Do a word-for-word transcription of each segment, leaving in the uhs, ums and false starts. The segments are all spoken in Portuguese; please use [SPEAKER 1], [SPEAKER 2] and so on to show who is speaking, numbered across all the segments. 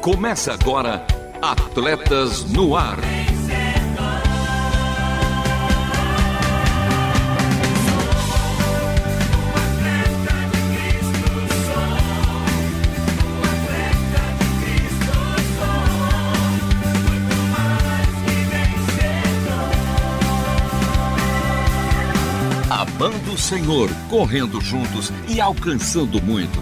[SPEAKER 1] Começa agora Atletas no Ar. Amando o Senhor, correndo juntos e alcançando muitos.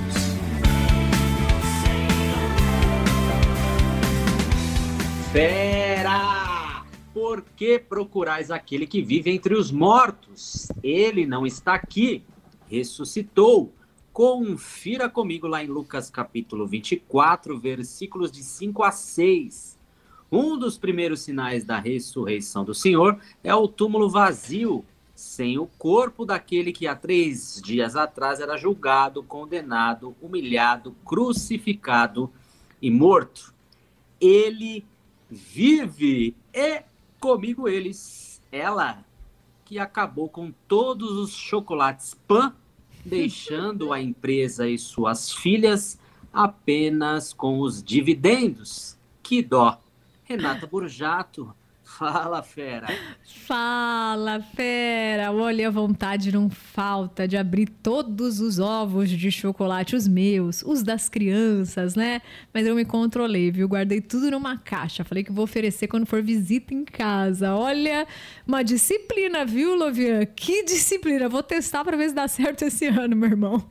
[SPEAKER 2] Fera! Por que procurais aquele que vive entre os mortos? Ele não está aqui, ressuscitou. Confira comigo lá em Lucas capítulo vinte e quatro, versículos de cinco a seis. Um dos primeiros sinais da ressurreição do Senhor é o túmulo vazio, sem o corpo daquele que há três dias atrás era julgado, condenado, humilhado, crucificado e morto. Ele vive, e comigo eles, ela que acabou com todos os chocolates Pan, deixando a empresa e suas filhas apenas com os dividendos. Que dó. Renata Borjato, fala, fera.
[SPEAKER 3] Fala, fera. Olha, a vontade não falta de abrir todos os ovos de chocolate, os meus, os das crianças, né? Mas eu me controlei, viu? Guardei tudo numa caixa. Falei que vou oferecer quando for visita em casa. Olha, uma disciplina, viu, Lovian? Que disciplina. Vou testar pra ver se dá certo esse ano, meu irmão.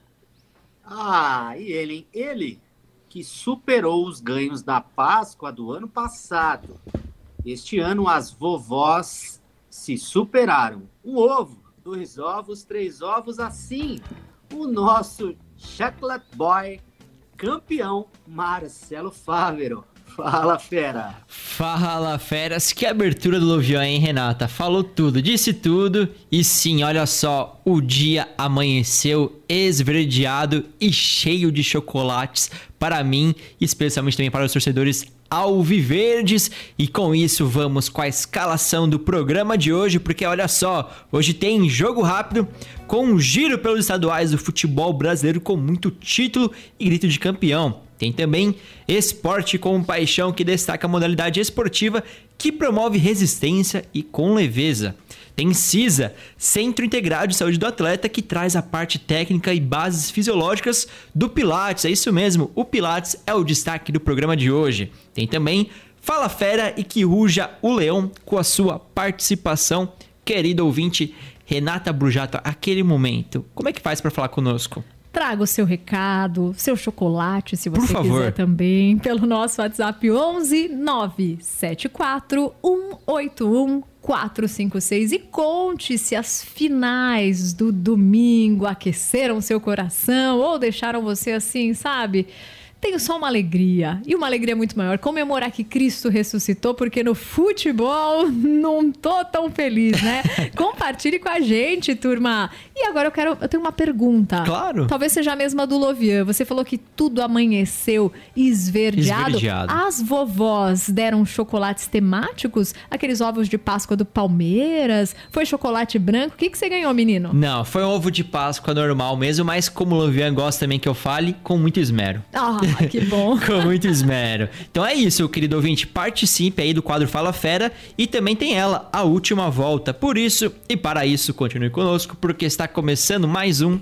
[SPEAKER 2] Ah, e ele, hein? Ele que superou os ganhos da Páscoa do ano passado. Este ano as vovós se superaram. Um ovo, dois ovos, três ovos, assim. O nosso Chocolate Boy campeão Marcelo Fávero. Fala, fera.
[SPEAKER 4] Fala, feras. Que abertura do Lovian, hein, Renata? Falou tudo, disse tudo. E sim, olha só, o dia amanheceu esverdeado e cheio de chocolates para mim, especialmente também para os torcedores alviverdes. E com isso vamos com a escalação do programa de hoje, porque olha só, hoje tem jogo rápido com um giro pelos estaduais do futebol brasileiro com muito título e grito de campeão. Tem também Esporte com Paixão, que destaca a modalidade esportiva que promove resistência e com leveza. Tem CISA, Centro Integrado de Saúde do Atleta, que traz a parte técnica e bases fisiológicas do Pilates. É isso mesmo, o Pilates é o destaque do programa de hoje. Tem também Fala Fera e que ruja o leão com a sua participação. Querido ouvinte, Renata Brujato, aquele momento, como é que faz para falar conosco?
[SPEAKER 3] Traga o seu recado, seu chocolate, se você quiser também, pelo nosso WhatsApp onze nove sete quatro um oito um quatro cinco seis e conte se as finais do domingo aqueceram seu coração ou deixaram você assim, sabe? Tenho só uma alegria, e uma alegria muito maior, comemorar que Cristo ressuscitou, porque no futebol não tô tão feliz, né? Compartilhe com a gente, turma. E agora eu quero, eu tenho uma pergunta.
[SPEAKER 4] Claro.
[SPEAKER 3] Talvez seja a mesma do Lovian. Você falou que tudo amanheceu esverdeado.
[SPEAKER 4] Esverdeado.
[SPEAKER 3] As vovós deram chocolates temáticos? Aqueles ovos de Páscoa do Palmeiras? Foi chocolate branco? O que, que você ganhou, menino?
[SPEAKER 4] Não, foi um ovo de Páscoa normal mesmo, mas como o Lovian gosta também que eu fale, com muito esmero.
[SPEAKER 3] Ah, que bom.
[SPEAKER 4] Com muito esmero. Então é isso, querido ouvinte. Participe aí do quadro Fala Fera e também tem ela, a última volta. Por isso e para isso, continue conosco, porque está começando mais um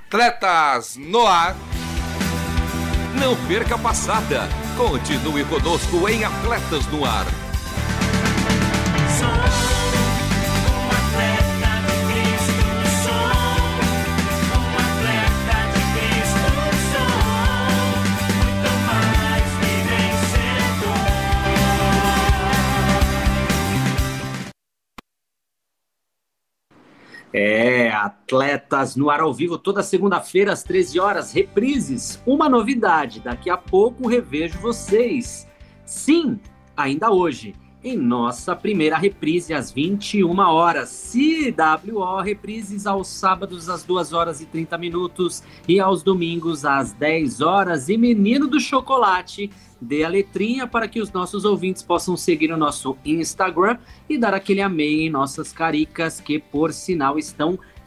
[SPEAKER 1] Atletas no Ar. Não perca a passada. Continue conosco em Atletas no Ar.
[SPEAKER 2] É, Atletas no Ar ao vivo, toda segunda-feira às treze horas, reprises. Uma novidade, daqui a pouco revejo vocês. Sim, ainda hoje, em nossa primeira reprise às vinte e uma horas. C W O, reprises aos sábados às duas horas e trinta minutos e aos domingos às dez horas. E Menino do Chocolate, dê a letrinha para que os nossos ouvintes possam seguir o nosso Instagram e dar aquele amei em nossas caricas, que por sinal estão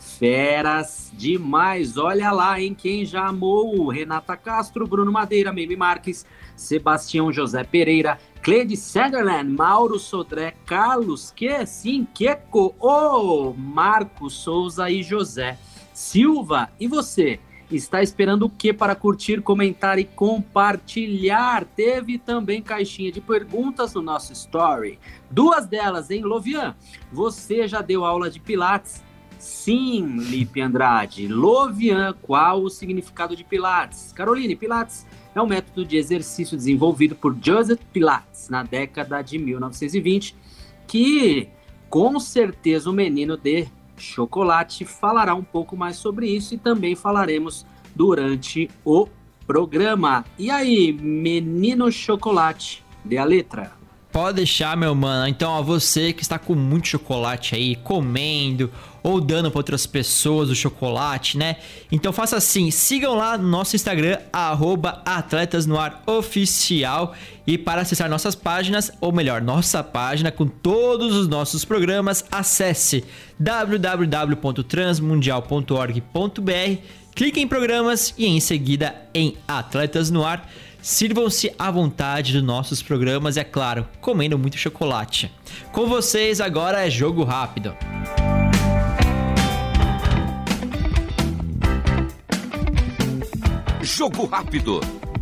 [SPEAKER 2] Feras demais, olha lá, hein? Quem já amou? Renata Castro, Bruno Madeira, Mimi Marques, Sebastião José Pereira, Cleide Sutherland, Mauro Sodré, Carlos, que sim, Queco, oh, Marcos Souza e José Silva. E você, está esperando o que para curtir, comentar e compartilhar? Teve também caixinha de perguntas no nosso story. Duas delas, hein, Lovian? Você já deu aula de Pilates? Sim, Lipe Andrade. Lovian, qual o significado de Pilates? Caroline, Pilates é um método de exercício desenvolvido por Joseph Pilates na década de mil novecentos e vinte, que com certeza o menino de chocolate falará um pouco mais sobre isso e também falaremos durante o programa. E aí, menino chocolate, dê a letra.
[SPEAKER 4] Pode deixar, meu mano. Então, ó, você que está com muito chocolate aí, comendo ou dando para outras pessoas o chocolate, né? Então faça assim, sigam lá no nosso Instagram, arroba Atletas no Ar Oficial. E para acessar nossas páginas, ou melhor, nossa página com todos os nossos programas, acesse w w w ponto transmundial ponto org ponto b r, clique em programas e em seguida em Atletas no Ar. Sirvam-se à vontade dos nossos programas e, é claro, comendo muito chocolate. Com vocês agora é Jogo Rápido.
[SPEAKER 1] Jogo Rápido.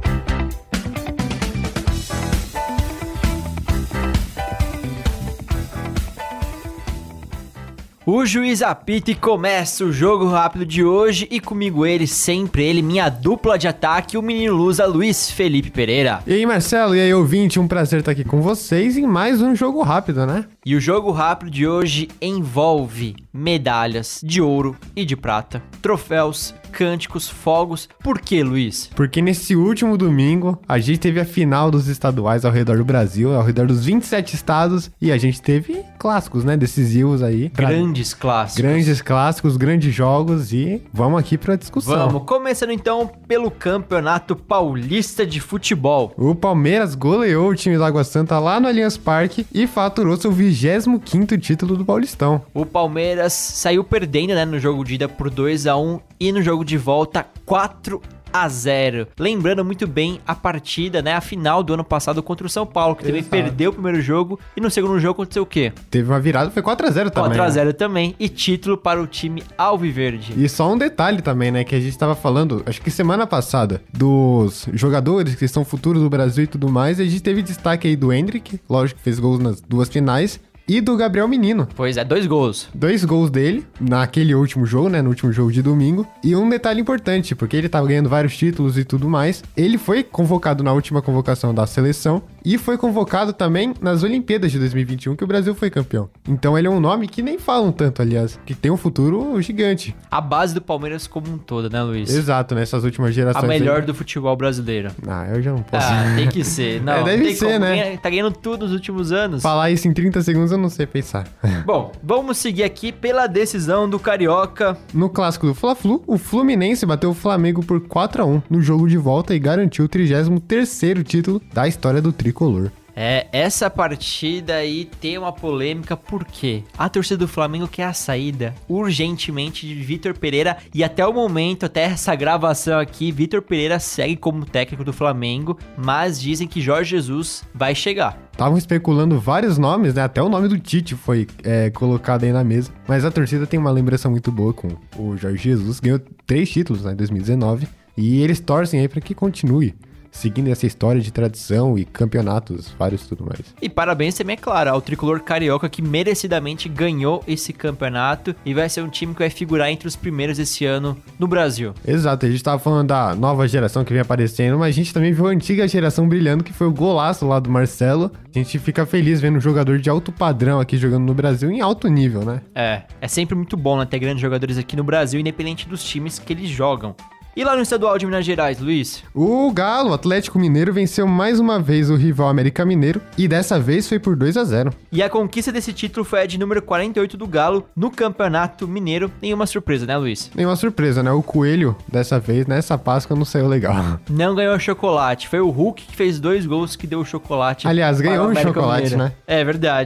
[SPEAKER 4] O juiz apita e começa o Jogo Rápido de hoje e comigo ele, sempre ele, minha dupla de ataque, o menino Lusa, Luiz Felipe Pereira.
[SPEAKER 5] E aí, Marcelo, e aí, ouvinte, um prazer estar aqui com vocês em mais um Jogo Rápido, né?
[SPEAKER 4] E o Jogo Rápido de hoje envolve medalhas de ouro e de prata, troféus, cânticos, fogos. Por que, Luiz?
[SPEAKER 5] Porque nesse último domingo, a gente teve a final dos estaduais ao redor do Brasil, ao redor dos vinte e sete estados, e a gente teve clássicos, né, decisivos aí. Pra...
[SPEAKER 4] Grandes clássicos.
[SPEAKER 5] Grandes clássicos, grandes jogos, e vamos aqui pra discussão.
[SPEAKER 4] Vamos, começando então pelo Campeonato Paulista de Futebol.
[SPEAKER 5] O Palmeiras goleou o time da Água Santa lá no Allianz Parque e faturou seu vigésimo quinto título do Paulistão.
[SPEAKER 4] O Palmeiras saiu perdendo, né, no jogo de ida por dois a um e no jogo de volta quatro a zero. Lembrando muito bem a partida, né, a final do ano passado contra o São Paulo, que também
[SPEAKER 5] Exato.
[SPEAKER 4] perdeu o primeiro jogo e no segundo jogo aconteceu o quê?
[SPEAKER 5] Teve uma virada, foi quatro a zero também.
[SPEAKER 4] quatro a zero
[SPEAKER 5] né?
[SPEAKER 4] também e título para o time alviverde.
[SPEAKER 5] E só um detalhe também, né, que a gente tava falando, acho que semana passada, dos jogadores que são futuros do Brasil e tudo mais, e a gente teve destaque aí do Hendrick, lógico que fez gols nas duas finais, e do Gabriel Menino.
[SPEAKER 4] Pois é, dois gols.
[SPEAKER 5] Dois gols dele naquele último jogo, né? No último jogo de domingo. E um detalhe importante, porque ele tava ganhando vários títulos e tudo mais. Ele foi convocado na última convocação da seleção e foi convocado também nas Olimpíadas de dois mil e vinte e um, que o Brasil foi campeão. Então ele é um nome que nem falam tanto, aliás, que tem um futuro gigante.
[SPEAKER 4] A base do Palmeiras como um todo, né, Luiz?
[SPEAKER 5] Exato, nessas últimas gerações.
[SPEAKER 4] A melhor
[SPEAKER 5] aí.
[SPEAKER 4] do futebol brasileiro.
[SPEAKER 5] Ah, eu já não posso.
[SPEAKER 4] Ah, tem que ser. Não,
[SPEAKER 5] É, deve
[SPEAKER 4] tem
[SPEAKER 5] ser,
[SPEAKER 4] como,
[SPEAKER 5] né?
[SPEAKER 4] ganha- tá ganhando tudo nos últimos anos.
[SPEAKER 5] Falar isso em trinta segundos eu não sei pensar.
[SPEAKER 4] Bom, vamos seguir aqui pela decisão do Carioca.
[SPEAKER 5] No clássico do Fla-Flu, o Fluminense bateu o Flamengo por quatro a um no jogo de volta e garantiu o trigésimo terceiro título da história do tricolor.
[SPEAKER 4] É, essa partida aí tem uma polêmica porque a torcida do Flamengo quer a saída urgentemente de Vitor Pereira e até o momento, até essa gravação aqui, Vitor Pereira segue como técnico do Flamengo, mas dizem que Jorge Jesus vai chegar.
[SPEAKER 5] Estavam especulando vários nomes, né? Até o nome do Tite foi é, colocado aí na mesa. Mas a torcida tem uma lembrança muito boa com o Jorge Jesus. Ganhou três títulos, né, em dois mil e dezenove. E eles torcem aí para que continue seguindo essa história de tradição e campeonatos, vários e tudo mais.
[SPEAKER 4] E parabéns também, é claro, ao tricolor carioca que merecidamente ganhou esse campeonato e vai ser um time que vai figurar entre os primeiros esse ano no Brasil.
[SPEAKER 5] Exato, a gente tava falando da nova geração que vem aparecendo, mas a gente também viu a antiga geração brilhando, que foi o golaço lá do Marcelo. A gente fica feliz vendo um jogador de alto padrão aqui jogando no Brasil em alto nível, né?
[SPEAKER 4] É, é sempre muito bom, né, ter grandes jogadores aqui no Brasil, independente dos times que eles jogam. E lá no estadual de Minas Gerais, Luiz?
[SPEAKER 5] O Galo, o Atlético Mineiro, venceu mais uma vez o rival América Mineiro e dessa vez foi por dois a zero.
[SPEAKER 4] E a conquista desse título foi a de número quarenta e oito do Galo no Campeonato Mineiro. Nenhuma surpresa, né, Luiz?
[SPEAKER 5] Nenhuma surpresa, né? O Coelho, dessa vez, nessa Páscoa, não saiu legal.
[SPEAKER 4] Não ganhou chocolate. Foi o Hulk que fez dois gols que deu o chocolate.
[SPEAKER 5] Aliás,
[SPEAKER 4] para
[SPEAKER 5] ganhou
[SPEAKER 4] o
[SPEAKER 5] um
[SPEAKER 4] América
[SPEAKER 5] chocolate,
[SPEAKER 4] Mineiro.
[SPEAKER 5] né?
[SPEAKER 4] É verdade.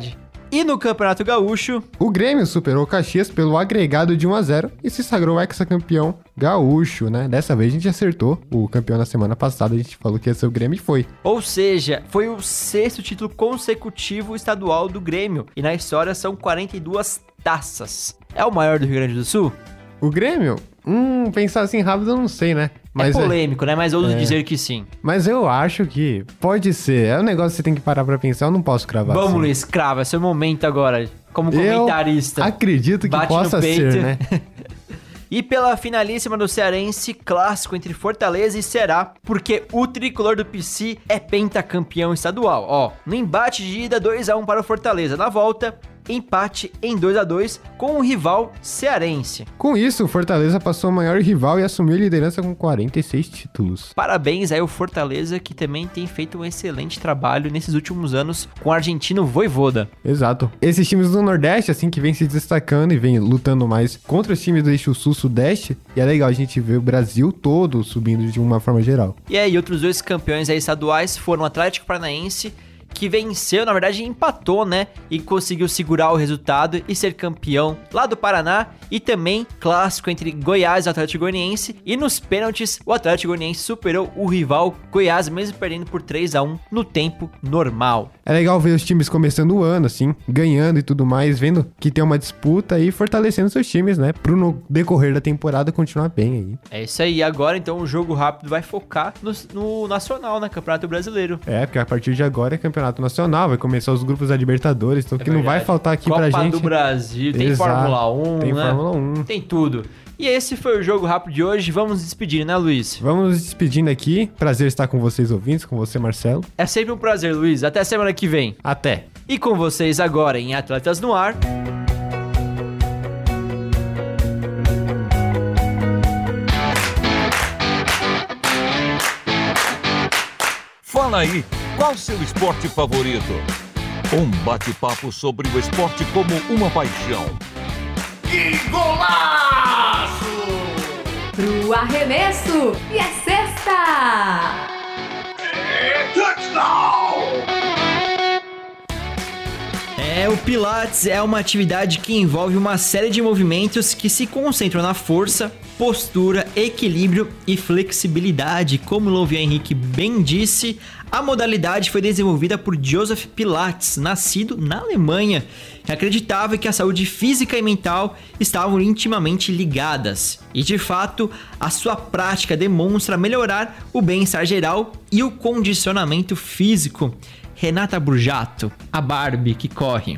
[SPEAKER 4] E no Campeonato Gaúcho,
[SPEAKER 5] o Grêmio superou o Caxias pelo agregado de um a zero e se sagrou ex-campeão gaúcho, né? Dessa vez a gente acertou. O campeão na semana passada a gente falou que ia ser o Grêmio e foi.
[SPEAKER 4] Ou seja, foi o sexto título consecutivo estadual do Grêmio. E na história são quarenta e duas taças. É o maior do Rio Grande do Sul?
[SPEAKER 5] O Grêmio? Hum, pensar assim rápido eu não sei, né?
[SPEAKER 4] Mas é polêmico, é... né? Mas ouso é... dizer que sim.
[SPEAKER 5] Mas eu acho que pode ser. É um negócio que você tem que parar pra pensar, eu não posso cravar.
[SPEAKER 4] Vamos,
[SPEAKER 5] assim.
[SPEAKER 4] Luiz, crava. É seu momento agora, como comentarista.
[SPEAKER 5] Eu acredito que
[SPEAKER 4] Bate
[SPEAKER 5] possa ser, né?
[SPEAKER 4] E pela finalíssima do Cearense, clássico entre Fortaleza e Ceará, porque o tricolor do P C é pentacampeão estadual. Ó, no embate de ida, dois a um para o Fortaleza. Na volta, empate em dois a dois com o rival cearense.
[SPEAKER 5] Com isso, o Fortaleza passou o maior rival e assumiu a liderança com quarenta e seis títulos.
[SPEAKER 4] Parabéns aí ao Fortaleza, que também tem feito um excelente trabalho nesses últimos anos com o argentino Vojvoda.
[SPEAKER 5] Exato. Esses times do Nordeste, assim, que vem se destacando e vem lutando mais contra os times do eixo Sul-Sudeste, e é legal a gente ver o Brasil todo subindo de uma forma geral.
[SPEAKER 4] E aí, outros dois campeões aí estaduais foram o Atlético Paranaense, que venceu, na verdade empatou, né, e conseguiu segurar o resultado e ser campeão lá do Paraná, e também clássico entre Goiás e Atlético Goianiense, e nos pênaltis o Atlético Goianiense superou o rival Goiás, mesmo perdendo por três a um no tempo normal.
[SPEAKER 5] É legal ver os times começando o ano, assim, ganhando e tudo mais, vendo que tem uma disputa e fortalecendo seus times, né, pro no decorrer da temporada continuar bem aí.
[SPEAKER 4] É isso aí, agora então o Jogo Rápido vai focar no, no Nacional, né, Campeonato Brasileiro.
[SPEAKER 5] É, porque a partir de agora é Campeonato Nacional, vai começar os grupos da Libertadores, então
[SPEAKER 4] é
[SPEAKER 5] que não vai faltar aqui
[SPEAKER 4] Copa
[SPEAKER 5] pra gente.
[SPEAKER 4] Copa do Brasil, tem
[SPEAKER 5] Exato.
[SPEAKER 4] Fórmula um,
[SPEAKER 5] tem
[SPEAKER 4] né?
[SPEAKER 5] Fórmula um.
[SPEAKER 4] Tem tudo. E esse foi o Jogo Rápido de hoje, vamos nos despedir, né, Luiz?
[SPEAKER 5] Vamos nos despedindo aqui, prazer estar com vocês ouvintes, com você, Marcelo.
[SPEAKER 4] É sempre um prazer, Luiz, até semana que vem.
[SPEAKER 5] Até.
[SPEAKER 4] E com vocês agora em Atletas no Ar...
[SPEAKER 1] Fala aí, qual seu esporte favorito? Um bate-papo sobre o esporte como uma paixão.
[SPEAKER 6] Que golaço!
[SPEAKER 3] Pro arremesso e é sexta!
[SPEAKER 6] É touchdown!
[SPEAKER 4] É, o Pilates é uma atividade que envolve uma série de movimentos que se concentram na força, postura, equilíbrio e flexibilidade. Como o Louvian Henrique bem disse, a modalidade foi desenvolvida por Joseph Pilates, nascido na Alemanha, que acreditava que a saúde física e mental estavam intimamente ligadas. E de fato, a sua prática demonstra melhorar o bem-estar geral e o condicionamento físico. Renata Burjato, a Barbie que corre.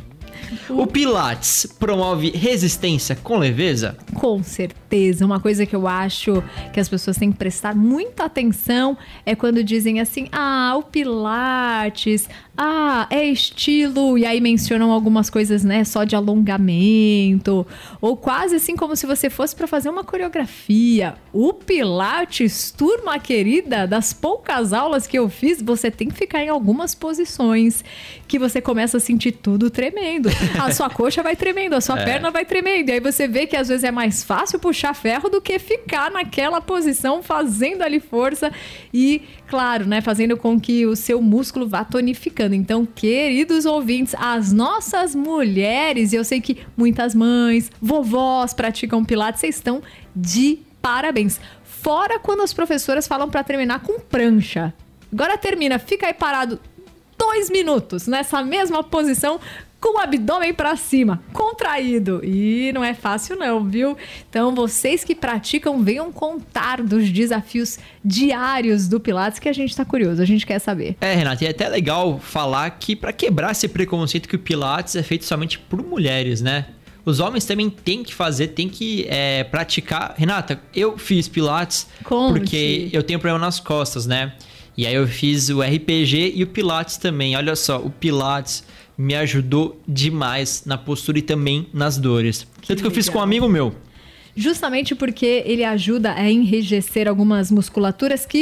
[SPEAKER 4] O Pilates promove resistência com leveza?
[SPEAKER 3] Com certeza. Uma coisa que eu acho que as pessoas têm que prestar muita atenção é quando dizem assim, ah, o Pilates, ah, é estilo, e aí mencionam algumas coisas, né, só de alongamento, ou quase assim como se você fosse para fazer uma coreografia. O Pilates, turma querida, das poucas aulas que eu fiz, você tem que ficar em algumas posições que você começa a sentir tudo tremendo. A sua coxa vai tremendo, a sua é. perna vai tremendo. E aí você vê que às vezes é mais fácil puxar ferro do que ficar naquela posição fazendo ali força e, claro, né, fazendo com que o seu músculo vá tonificando. Então, queridos ouvintes, as nossas mulheres, e eu sei que muitas mães, vovós praticam Pilates, vocês estão de parabéns. Fora quando as professoras falam para terminar com prancha. Agora termina, fica aí parado dois minutos nessa mesma posição, com o abdômen para cima, contraído. E não é fácil não, viu? Então, vocês que praticam, venham contar dos desafios diários do Pilates, que a gente tá curioso, a gente quer saber.
[SPEAKER 4] É, Renata, e é até legal falar que para quebrar esse preconceito que o Pilates é feito somente por mulheres, né? Os homens também têm que fazer, têm que é, praticar. Renata, eu fiz Pilates
[SPEAKER 3] Conte.
[SPEAKER 4] Porque eu tenho problema nas costas, né? E aí eu fiz o R P G e o Pilates também. Olha só, o Pilates me ajudou demais na postura e também nas dores. Que Tanto que eu fiz com um amigo meu.
[SPEAKER 3] Justamente porque ele ajuda a enrijecer algumas musculaturas que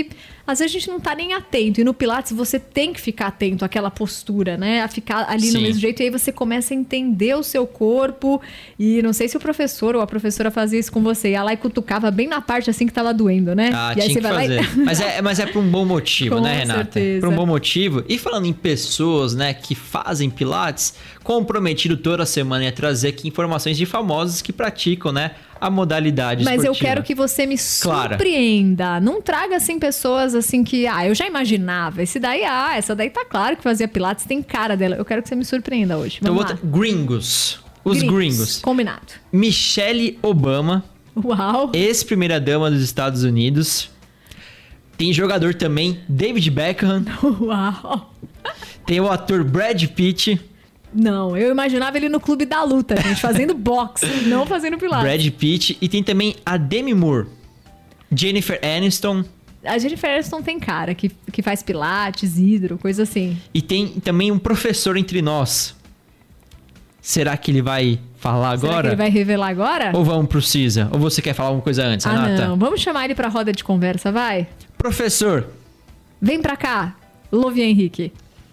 [SPEAKER 3] às vezes a gente não tá nem atento. E no Pilates você tem que ficar atento àquela postura, né? A ficar ali
[SPEAKER 4] Sim.
[SPEAKER 3] no mesmo jeito. E aí você começa a entender o seu corpo. E não sei se o professor ou a professora fazia isso com você. Ia lá e cutucava bem na parte assim que tava doendo, né?
[SPEAKER 4] Ah,
[SPEAKER 3] e aí
[SPEAKER 4] tinha
[SPEAKER 3] você
[SPEAKER 4] que
[SPEAKER 3] vai
[SPEAKER 4] fazer.
[SPEAKER 3] lá e...
[SPEAKER 4] mas, é, mas é por um bom motivo,
[SPEAKER 3] Com
[SPEAKER 4] né, Renata?
[SPEAKER 3] certeza.
[SPEAKER 4] Por um bom motivo. E falando em pessoas, né, que fazem Pilates, comprometido toda semana é trazer aqui informações de famosos que praticam, né, a modalidade
[SPEAKER 3] Mas
[SPEAKER 4] esportiva.
[SPEAKER 3] eu quero que você me
[SPEAKER 4] Clara.
[SPEAKER 3] surpreenda. Não traga, assim, pessoas assim que... Ah, eu já imaginava. Esse daí, ah, essa daí tá claro que fazia Pilates. Tem cara dela. Eu quero que você me surpreenda hoje.
[SPEAKER 4] Então,
[SPEAKER 3] Vamos
[SPEAKER 4] vou
[SPEAKER 3] lá.
[SPEAKER 4] tra- gringos. Os gringos.
[SPEAKER 3] Combinado.
[SPEAKER 4] Michelle Obama,
[SPEAKER 3] Uau.
[SPEAKER 4] ex-primeira-dama dos Estados Unidos. Tem jogador também, David Beckham.
[SPEAKER 3] Uau.
[SPEAKER 4] Tem o ator Brad Pitt.
[SPEAKER 3] Não, eu imaginava ele no clube da luta, gente, fazendo boxe, não fazendo Pilates.
[SPEAKER 4] Brad Pitt. E tem também a Demi Moore. Jennifer Aniston.
[SPEAKER 3] A Jennifer Aniston tem cara que, que faz Pilates, hidro, coisa assim.
[SPEAKER 4] E tem também um professor entre nós. Será que ele vai falar
[SPEAKER 3] Será
[SPEAKER 4] agora?
[SPEAKER 3] que ele vai revelar agora?
[SPEAKER 4] Ou vamos pro Cisa? Ou você quer falar alguma coisa antes,
[SPEAKER 3] ah,
[SPEAKER 4] Renata?
[SPEAKER 3] não. Vamos chamar ele pra roda de conversa, vai?
[SPEAKER 4] Professor,
[SPEAKER 3] Vem pra cá, Louvi Henrique.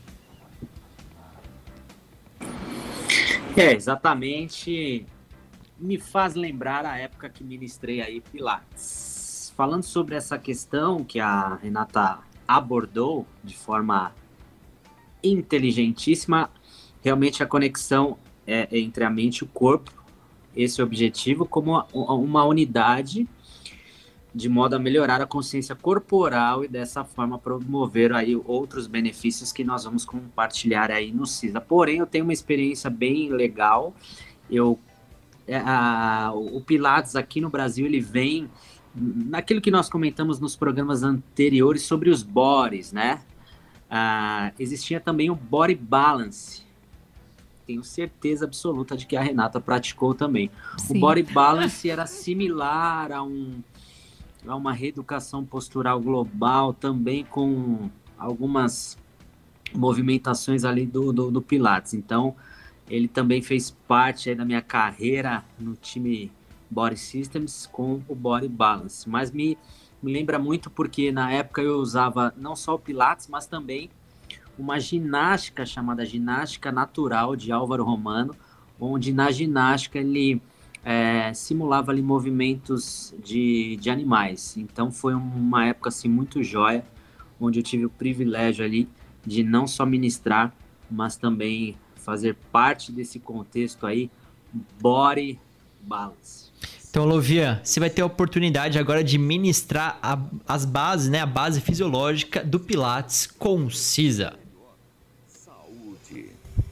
[SPEAKER 2] É, exatamente. Me faz lembrar a época que ministrei aí Pilates. Falando sobre essa questão que a Renata abordou de forma inteligentíssima, realmente a conexão é entre a mente e o corpo, esse é o objetivo, como uma, uma unidade, de modo a melhorar a consciência corporal e dessa forma promover aí outros benefícios que nós vamos compartilhar aí no Cisa. Porém, eu tenho uma experiência bem legal. Eu, é, a, o Pilates aqui no Brasil, ele vem naquilo que nós comentamos nos programas anteriores sobre os bodies, né? Ah, existia também o Body Balance. Tenho certeza absoluta de que a Renata praticou também.
[SPEAKER 3] Sim.
[SPEAKER 2] O Body Balance era similar a um a uma reeducação postural global, também com algumas movimentações ali do, do, do Pilates. Então, ele também fez parte aí da minha carreira no time Body Systems com o Body Balance. Mas me, me lembra muito porque na época eu usava não só o Pilates, mas também uma ginástica chamada ginástica natural de Álvaro Romano, onde na ginástica ele... É, simulava ali movimentos de, de animais. Então foi uma época assim muito joia, onde eu tive o privilégio ali de não só ministrar, mas também fazer parte desse contexto aí, Body Balance.
[SPEAKER 4] então, Lovian, você vai ter a oportunidade agora de ministrar a- as bases, né? A base fisiológica do Pilates com o Cisa.
[SPEAKER 1] Saúde.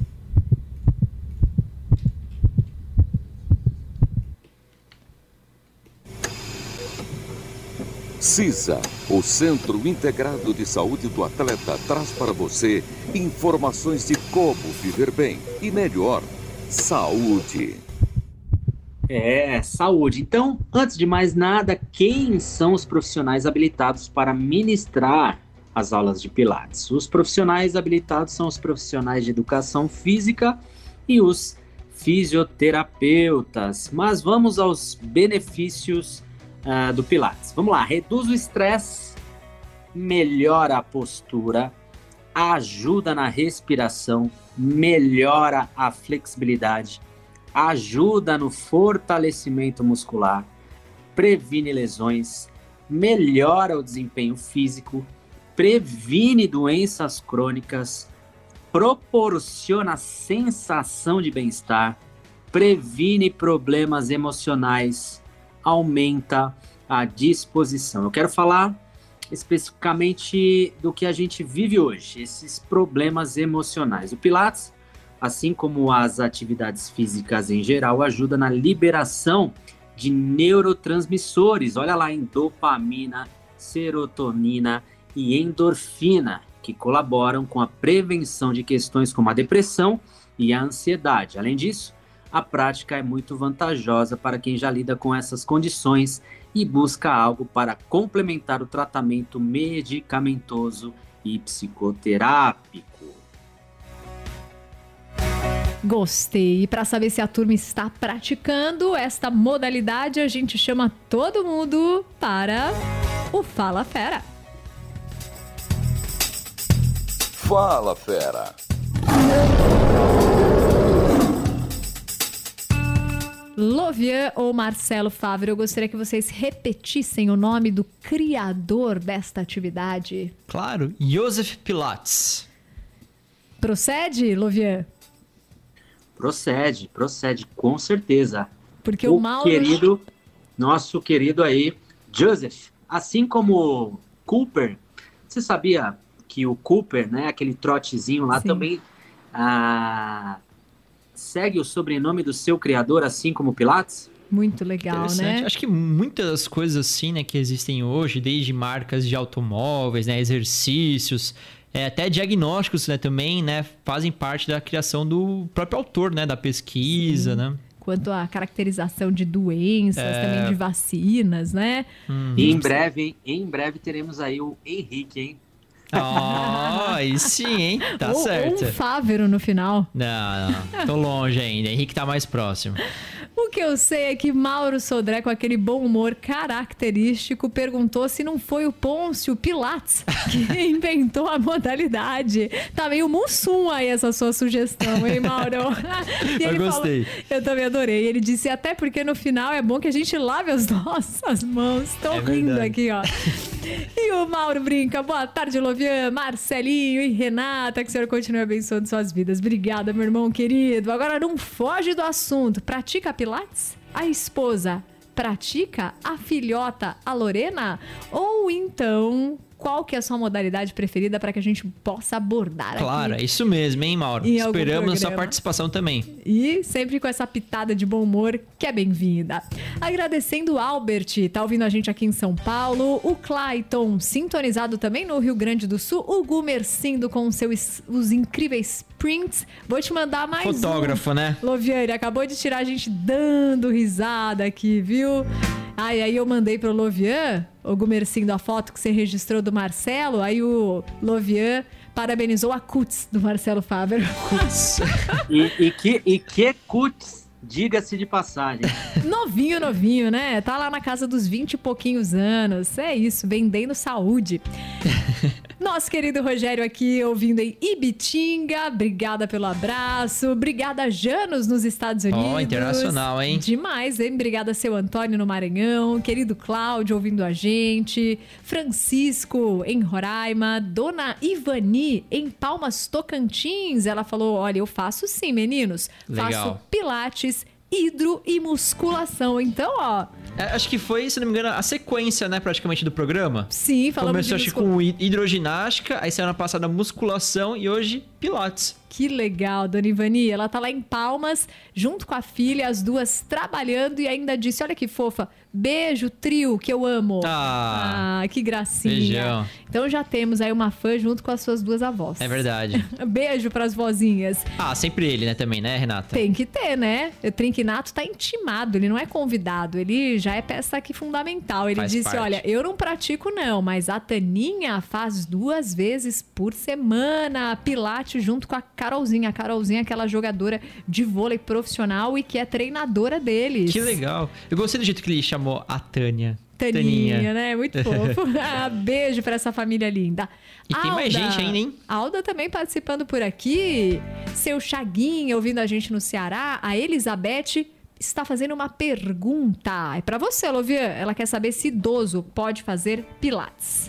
[SPEAKER 1] Cisa, o Centro Integrado de Saúde do Atleta, traz para você informações de como viver bem e melhor. Saúde.
[SPEAKER 2] É, saúde. Então, antes de mais nada, quem são os profissionais habilitados para ministrar as aulas de Pilates? Os profissionais habilitados são os profissionais de educação física e os fisioterapeutas. Mas vamos aos benefícios uh, do Pilates. Vamos lá, reduz o estresse, melhora a postura, ajuda na respiração, melhora a flexibilidade, ajuda no fortalecimento muscular, previne lesões, melhora o desempenho físico, previne doenças crônicas, proporciona sensação de bem-estar, previne problemas emocionais, aumenta a disposição. Eu quero falar especificamente do que a gente vive hoje, esses problemas emocionais. O Pilates, assim como as atividades físicas em geral, ajuda na liberação de neurotransmissores. Olha lá, em dopamina, serotonina e endorfina, que colaboram com a prevenção de questões como a depressão e a ansiedade. Além disso, a prática é muito vantajosa para quem já lida com essas condições e busca algo para complementar o tratamento medicamentoso e psicoterápico.
[SPEAKER 3] Gostei. E para saber se a turma está praticando esta modalidade, a gente chama todo mundo para o Fala Fera.
[SPEAKER 1] Fala, fera!
[SPEAKER 3] Lovian ou Marcelo Fávero, eu gostaria que vocês repetissem o nome do criador desta atividade.
[SPEAKER 4] Claro, Joseph Pilates.
[SPEAKER 3] Procede, Lovian?
[SPEAKER 2] Procede, procede, com certeza.
[SPEAKER 3] Porque o,
[SPEAKER 2] o
[SPEAKER 3] Mauro...
[SPEAKER 2] querido, nosso querido aí, Joseph, assim como Cooper, você sabia que o Cooper, né, aquele trotezinho lá, Sim. também ah, segue o sobrenome do seu criador, assim como Pilates?
[SPEAKER 3] Muito legal, né?
[SPEAKER 4] Acho que muitas das coisas assim, né, que existem hoje, desde marcas de automóveis, né, exercícios, é, até diagnósticos, né, também, né, fazem parte da criação do próprio autor, né, da pesquisa, Sim. né?
[SPEAKER 3] Quanto à caracterização de doenças, é... também de vacinas, né?
[SPEAKER 2] Hum. E em breve, em breve teremos aí o Henrique, hein?
[SPEAKER 4] Oh, aí sim, hein? Tá
[SPEAKER 3] ou,
[SPEAKER 4] certo.
[SPEAKER 3] Ou um Fávero no final.
[SPEAKER 4] Não, não. Tô longe ainda. Henrique tá mais próximo.
[SPEAKER 3] O que eu sei é que Mauro Sodré, com aquele bom humor característico, perguntou se não foi o Pôncio Pilates que inventou a modalidade. Tá meio mussum aí essa sua sugestão, hein, Mauro? E ele
[SPEAKER 4] eu gostei.
[SPEAKER 3] Falou, eu também adorei. Ele disse, até porque no final é bom que a gente lave as nossas mãos. Tô
[SPEAKER 4] é
[SPEAKER 3] rindo
[SPEAKER 4] verdade.
[SPEAKER 3] aqui, ó. E o Mauro brinca. Boa tarde, Lovian, Marcelinho e Renata. Que o senhor continue abençoando suas vidas. Obrigada, meu irmão querido. Agora não foge do assunto. Pratica Pilates? A esposa pratica? A filhota, a Lorena? Ou então, qual que é a sua modalidade preferida para que a gente possa abordar
[SPEAKER 4] claro,
[SPEAKER 3] aqui?
[SPEAKER 4] é isso mesmo, hein, Mauro?
[SPEAKER 3] Em
[SPEAKER 4] Esperamos a sua participação também.
[SPEAKER 3] E sempre com essa pitada de bom humor, que é bem-vinda. Agradecendo o Albert, tá ouvindo a gente aqui em São Paulo. O Clayton, sintonizado também no Rio Grande do Sul. O Gumercindo com seus, os incríveis prints. Vou te mandar mais
[SPEAKER 4] Fotógrafo,
[SPEAKER 3] um.
[SPEAKER 4] né?
[SPEAKER 3] Loviane, acabou de tirar a gente dando risada aqui, viu? Aí, aí eu mandei pro Lovian, o Gumercindo, a foto que você registrou do Marcelo. Aí o Lovian parabenizou a cuts do Marcelo Fávero.
[SPEAKER 4] Cuts.
[SPEAKER 2] e, e que, e que cuts, diga-se de passagem.
[SPEAKER 3] Novinho, novinho, né? Tá lá na casa dos vinte e pouquinhos anos. É isso, vendendo saúde. Nosso querido Rogério aqui ouvindo em Ibitinga. Obrigada pelo abraço. Obrigada, Janos, nos Estados Unidos.
[SPEAKER 4] Ó, oh, internacional, hein?
[SPEAKER 3] Demais, hein? Obrigada, seu Antônio no Maranhão. Querido Cláudio ouvindo a gente. Francisco em Roraima. Dona Ivani em Palmas, Tocantins. Ela falou, olha, eu faço sim, meninos.
[SPEAKER 4] Legal.
[SPEAKER 3] Faço pilates, hidro e musculação. Então, ó...
[SPEAKER 4] É, acho que foi, se não me engano, a sequência, né, praticamente do programa.
[SPEAKER 3] Sim, falamos
[SPEAKER 4] Começou,
[SPEAKER 3] de
[SPEAKER 4] acho que
[SPEAKER 3] muscul...
[SPEAKER 4] com hidroginástica, aí semana passada musculação e hoje pilates.
[SPEAKER 3] Que legal, Dona Ivani. Ela tá lá em Palmas, junto com a filha, as duas trabalhando e ainda disse, olha que fofa, beijo, trio, que eu amo.
[SPEAKER 4] Ah,
[SPEAKER 3] ah que gracinha.
[SPEAKER 4] Beijão.
[SPEAKER 3] Então já temos aí uma fã junto com as suas duas avós.
[SPEAKER 4] É verdade.
[SPEAKER 3] Beijo pras vozinhas.
[SPEAKER 4] Ah, sempre ele, né, também, né, Renata?
[SPEAKER 3] Tem que ter, né? O Trinquinato tá intimado, ele não é convidado, ele já é peça aqui fundamental. Ele
[SPEAKER 4] Faz
[SPEAKER 3] disse,
[SPEAKER 4] parte.
[SPEAKER 3] olha, eu não pratico não, mas a Taninha faz duas vezes por semana pilates junto com a Carolzinha. A Carolzinha é aquela jogadora de vôlei profissional e que é treinadora deles.
[SPEAKER 4] Que legal. Eu gostei do jeito que ele chamou a Tânia.
[SPEAKER 3] Taninha,
[SPEAKER 4] Taninha.
[SPEAKER 3] né? Muito fofo. Ah, beijo pra essa família linda.
[SPEAKER 4] E tem mais gente ainda, hein?
[SPEAKER 3] Alda também participando por aqui. Seu Chaguinha ouvindo a gente no Ceará. A Elizabeth está fazendo uma pergunta. É pra você, Lovian. Ela quer saber se idoso pode fazer pilates.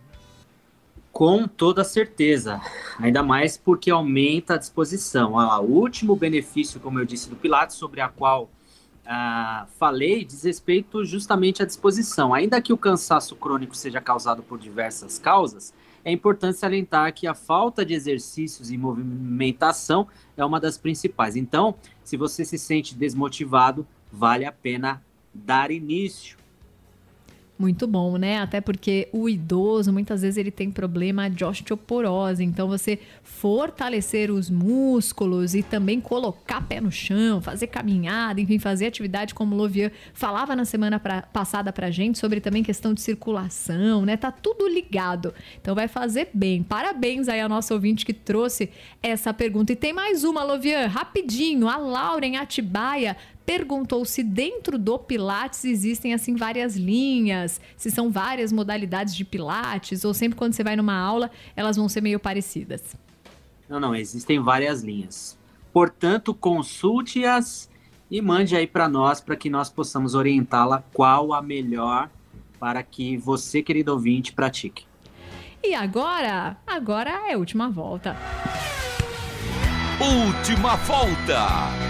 [SPEAKER 2] Com toda certeza, ainda mais porque aumenta a disposição. Ah, o último benefício, como eu disse, do Pilates, sobre a qual ah, falei, diz respeito justamente à disposição. Ainda que o cansaço crônico seja causado por diversas causas, é importante salientar que a falta de exercícios e movimentação é uma das principais. Então, se você se sente desmotivado, vale a pena dar início.
[SPEAKER 3] Muito bom, né? Até porque o idoso, muitas vezes, ele tem problema de osteoporose. Então, você fortalecer os músculos e também colocar pé no chão, fazer caminhada, enfim, fazer atividade, como o Lovian falava na semana pra, passada pra gente, sobre também questão de circulação, né? Tá tudo ligado. Então, vai fazer bem. Parabéns aí ao nosso ouvinte que trouxe essa pergunta. E tem mais uma, Lovian, rapidinho. A Laura em Atibaia perguntou se dentro do Pilates existem assim várias linhas, se são várias modalidades de Pilates, ou sempre quando você vai numa aula, elas vão ser meio parecidas.
[SPEAKER 2] Não, não, existem várias linhas. Portanto, consulte-as e mande aí para nós, para que nós possamos orientá-la qual a melhor para que você, querido ouvinte, pratique.
[SPEAKER 3] E agora, agora é a última volta.
[SPEAKER 1] Última volta!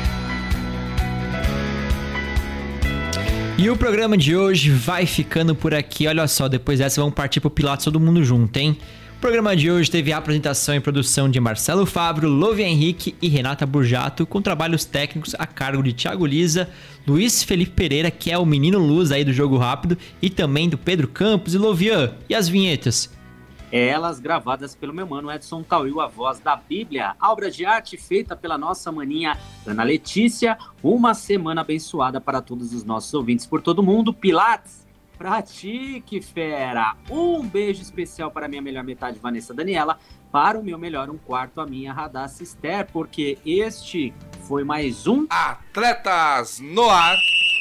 [SPEAKER 4] E o programa de hoje vai ficando por aqui. Olha só, depois dessa vamos partir pro Pilates todo mundo junto, hein? O programa de hoje teve a apresentação e produção de Marcelo Fábio, Louve Henrique e Renata Burjato, com trabalhos técnicos a cargo de Thiago Lisa, Luiz Felipe Pereira, que é o menino luz aí do Jogo Rápido, e também do Pedro Campos e Lovian. E as vinhetas?
[SPEAKER 2] Elas gravadas pelo meu mano Edson Tauil, a voz da Bíblia, a obra de arte feita pela nossa maninha Ana Letícia. Uma semana abençoada para todos os nossos ouvintes por todo mundo. Pilates, pratique, fera! Um beijo especial para a minha melhor metade, Vanessa Daniela, para o meu melhor um quarto, a minha Radassa Esther, porque este foi mais um
[SPEAKER 6] Atletas no Ar.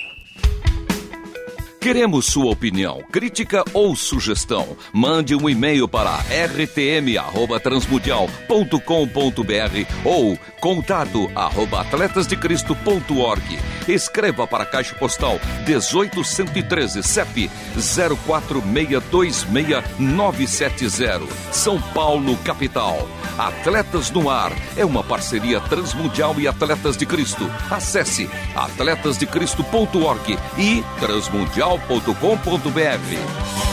[SPEAKER 1] Queremos sua opinião, crítica ou sugestão. Mande um e-mail para r t m arroba transmundial ponto com ponto b r ou contato arroba atletas de cristo ponto org. Escreva para a Caixa Postal dezoito cento e treze, C E P zero quatro seis dois seis nove sete zero, São Paulo, capital. Atletas no Ar é uma parceria Transmundial e Atletas de Cristo. Acesse atletas de cristo ponto org e transmundial ponto com ponto b r.